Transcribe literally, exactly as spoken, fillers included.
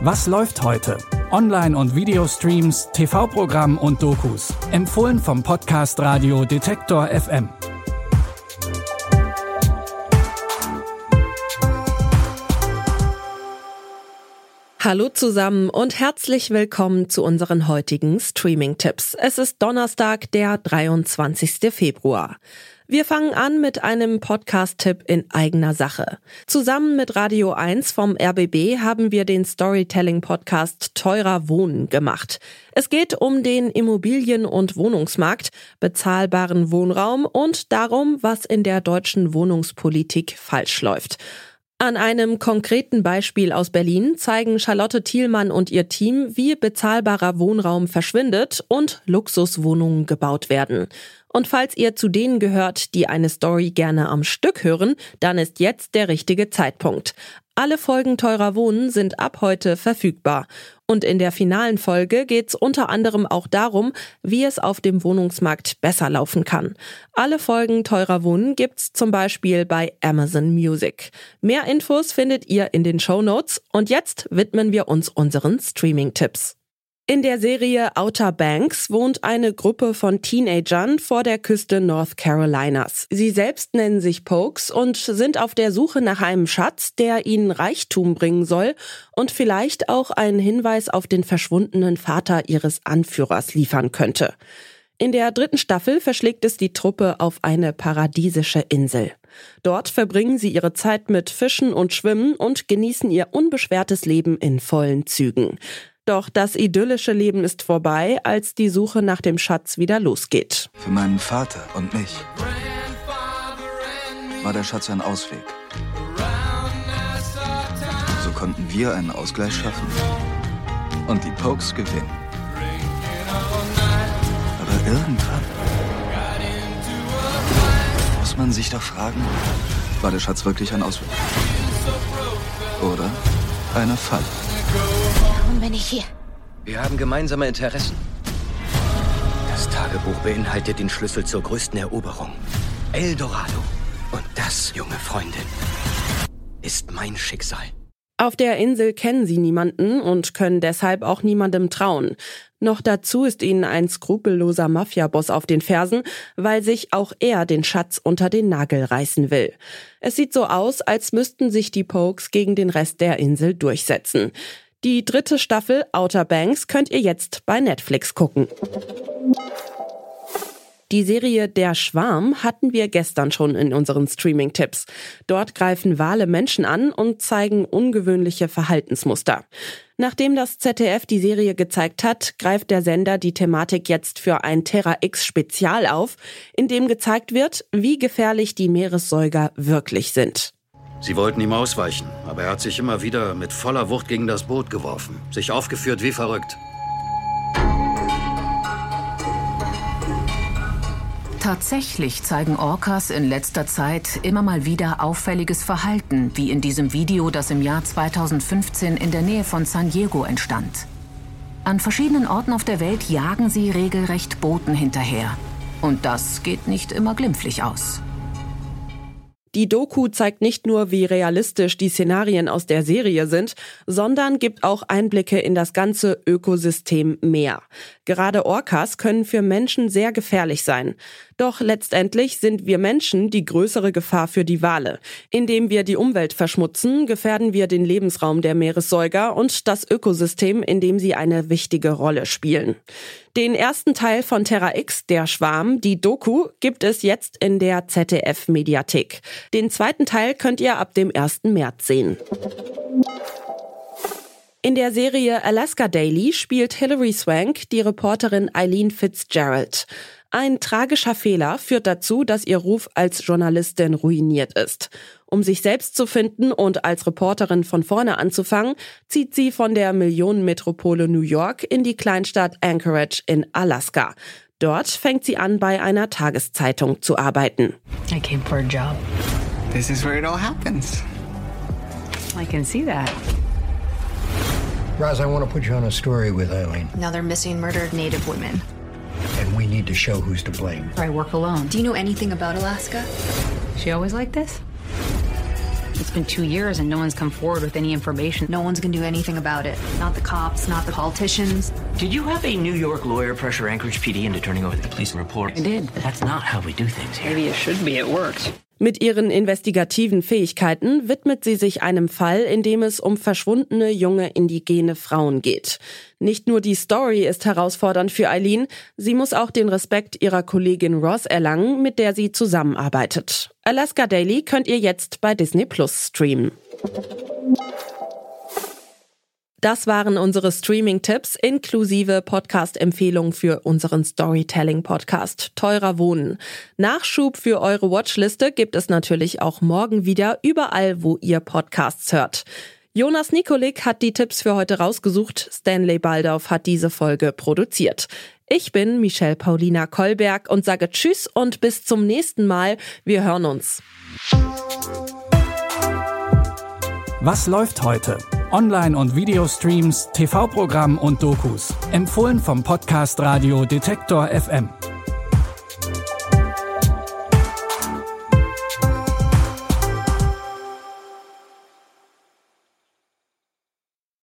Was läuft heute? Online- und Videostreams, T V-Programm und Dokus. Empfohlen vom Podcast Radio Detektor F M. Hallo zusammen und herzlich willkommen zu unseren heutigen Streaming-Tipps. Es ist Donnerstag, der dreiundzwanzigster Februar. Wir fangen an mit einem Podcast-Tipp in eigener Sache. Zusammen mit Radio eins vom R B B haben wir den Storytelling-Podcast Teurer Wohnen gemacht. Es geht um den Immobilien- und Wohnungsmarkt, bezahlbaren Wohnraum und darum, was in der deutschen Wohnungspolitik falsch läuft. An einem konkreten Beispiel aus Berlin zeigen Charlotte Thielmann und ihr Team, wie bezahlbarer Wohnraum verschwindet und Luxuswohnungen gebaut werden. Und falls ihr zu denen gehört, die eine Story gerne am Stück hören, dann ist jetzt der richtige Zeitpunkt. Alle Folgen Teurer Wohnen sind ab heute verfügbar. Und in der finalen Folge geht's unter anderem auch darum, wie es auf dem Wohnungsmarkt besser laufen kann. Alle Folgen Teurer Wohnen gibt's zum Beispiel bei Amazon Music. Mehr Infos findet ihr in den Shownotes. Und jetzt widmen wir uns unseren Streaming-Tipps. In der Serie Outer Banks wohnt eine Gruppe von Teenagern vor der Küste North Carolinas. Sie selbst nennen sich Pokes und sind auf der Suche nach einem Schatz, der ihnen Reichtum bringen soll und vielleicht auch einen Hinweis auf den verschwundenen Vater ihres Anführers liefern könnte. In der dritten Staffel verschlägt es die Truppe auf eine paradiesische Insel. Dort verbringen sie ihre Zeit mit Fischen und Schwimmen und genießen ihr unbeschwertes Leben in vollen Zügen. Doch das idyllische Leben ist vorbei, als die Suche nach dem Schatz wieder losgeht. Für meinen Vater und mich war der Schatz ein Ausweg. So konnten wir einen Ausgleich schaffen und die Pokes gewinnen. Aber irgendwann muss man sich doch fragen, war der Schatz wirklich ein Ausweg? Oder eine Falle? Warum bin ich hier? Wir haben gemeinsame Interessen. Das Tagebuch beinhaltet den Schlüssel zur größten Eroberung. El Dorado. Und das, junge Freundin, ist mein Schicksal. Auf der Insel kennen sie niemanden und können deshalb auch niemandem trauen. Noch dazu ist ihnen ein skrupelloser Mafia-Boss auf den Fersen, weil sich auch er den Schatz unter den Nagel reißen will. Es sieht so aus, als müssten sich die Pokes gegen den Rest der Insel durchsetzen. Die dritte Staffel Outer Banks könnt ihr jetzt bei Netflix gucken. Die Serie Der Schwarm hatten wir gestern schon in unseren Streaming-Tipps. Dort greifen Wale Menschen an und zeigen ungewöhnliche Verhaltensmuster. Nachdem das Z D F die Serie gezeigt hat, greift der Sender die Thematik jetzt für ein Terra X-Spezial auf, in dem gezeigt wird, wie gefährlich die Meeressäuger wirklich sind. Sie wollten ihm ausweichen, aber er hat sich immer wieder mit voller Wucht gegen das Boot geworfen, sich aufgeführt wie verrückt. Tatsächlich zeigen Orcas in letzter Zeit immer mal wieder auffälliges Verhalten, wie in diesem Video, das im Jahr zweitausendfünfzehn in der Nähe von San Diego entstand. An verschiedenen Orten auf der Welt jagen sie regelrecht Booten hinterher. Und das geht nicht immer glimpflich aus. Die Doku zeigt nicht nur, wie realistisch die Szenarien aus der Serie sind, sondern gibt auch Einblicke in das ganze Ökosystem Meer. Gerade Orcas können für Menschen sehr gefährlich sein. Doch letztendlich sind wir Menschen die größere Gefahr für die Wale. Indem wir die Umwelt verschmutzen, gefährden wir den Lebensraum der Meeressäuger und das Ökosystem, in dem sie eine wichtige Rolle spielen. Den ersten Teil von Terra X, Der Schwarm, die Doku, gibt es jetzt in der Z D F-Mediathek. Den zweiten Teil könnt ihr ab dem ersten März sehen. In der Serie Alaska Daily spielt Hilary Swank die Reporterin Eileen Fitzgerald. Ein tragischer Fehler führt dazu, dass ihr Ruf als Journalistin ruiniert ist. Um sich selbst zu finden und als Reporterin von vorne anzufangen, zieht sie von der Millionenmetropole New York in die Kleinstadt Anchorage in Alaska. Dort fängt sie an, bei einer Tageszeitung zu arbeiten. I came for a job. This is where it all happens. I can see that. Roz, I want to put you on a story with Eileen. Another missing murdered Native women. And we need to show who's to blame. I work alone. Do you know anything about Alaska? She always like this? It's been two years and no one's come forward with any information. No one's gonna do anything about it. Not the cops, not the politicians. Did you have a New York lawyer pressure Anchorage P D into turning over the police report? I did. That's not how we do things here. Maybe it should be. It worked. Mit ihren investigativen Fähigkeiten widmet sie sich einem Fall, in dem es um verschwundene junge indigene Frauen geht. Nicht nur die Story ist herausfordernd für Eileen, sie muss auch den Respekt ihrer Kollegin Ross erlangen, mit der sie zusammenarbeitet. Alaska Daily könnt ihr jetzt bei Disney Plus streamen. Das waren unsere Streaming-Tipps inklusive Podcast-Empfehlung für unseren Storytelling-Podcast Teurer Wohnen. Nachschub für eure Watchliste gibt es natürlich auch morgen wieder überall, wo ihr Podcasts hört. Jonas Nikolik hat die Tipps für heute rausgesucht. Stanley Baldorf hat diese Folge produziert. Ich bin Michelle Paulina Kolberg und sage Tschüss und bis zum nächsten Mal. Wir hören uns. Was läuft heute? Online- und Videostreams, T V-Programm und Dokus. Empfohlen vom Podcast Radio Detektor F M.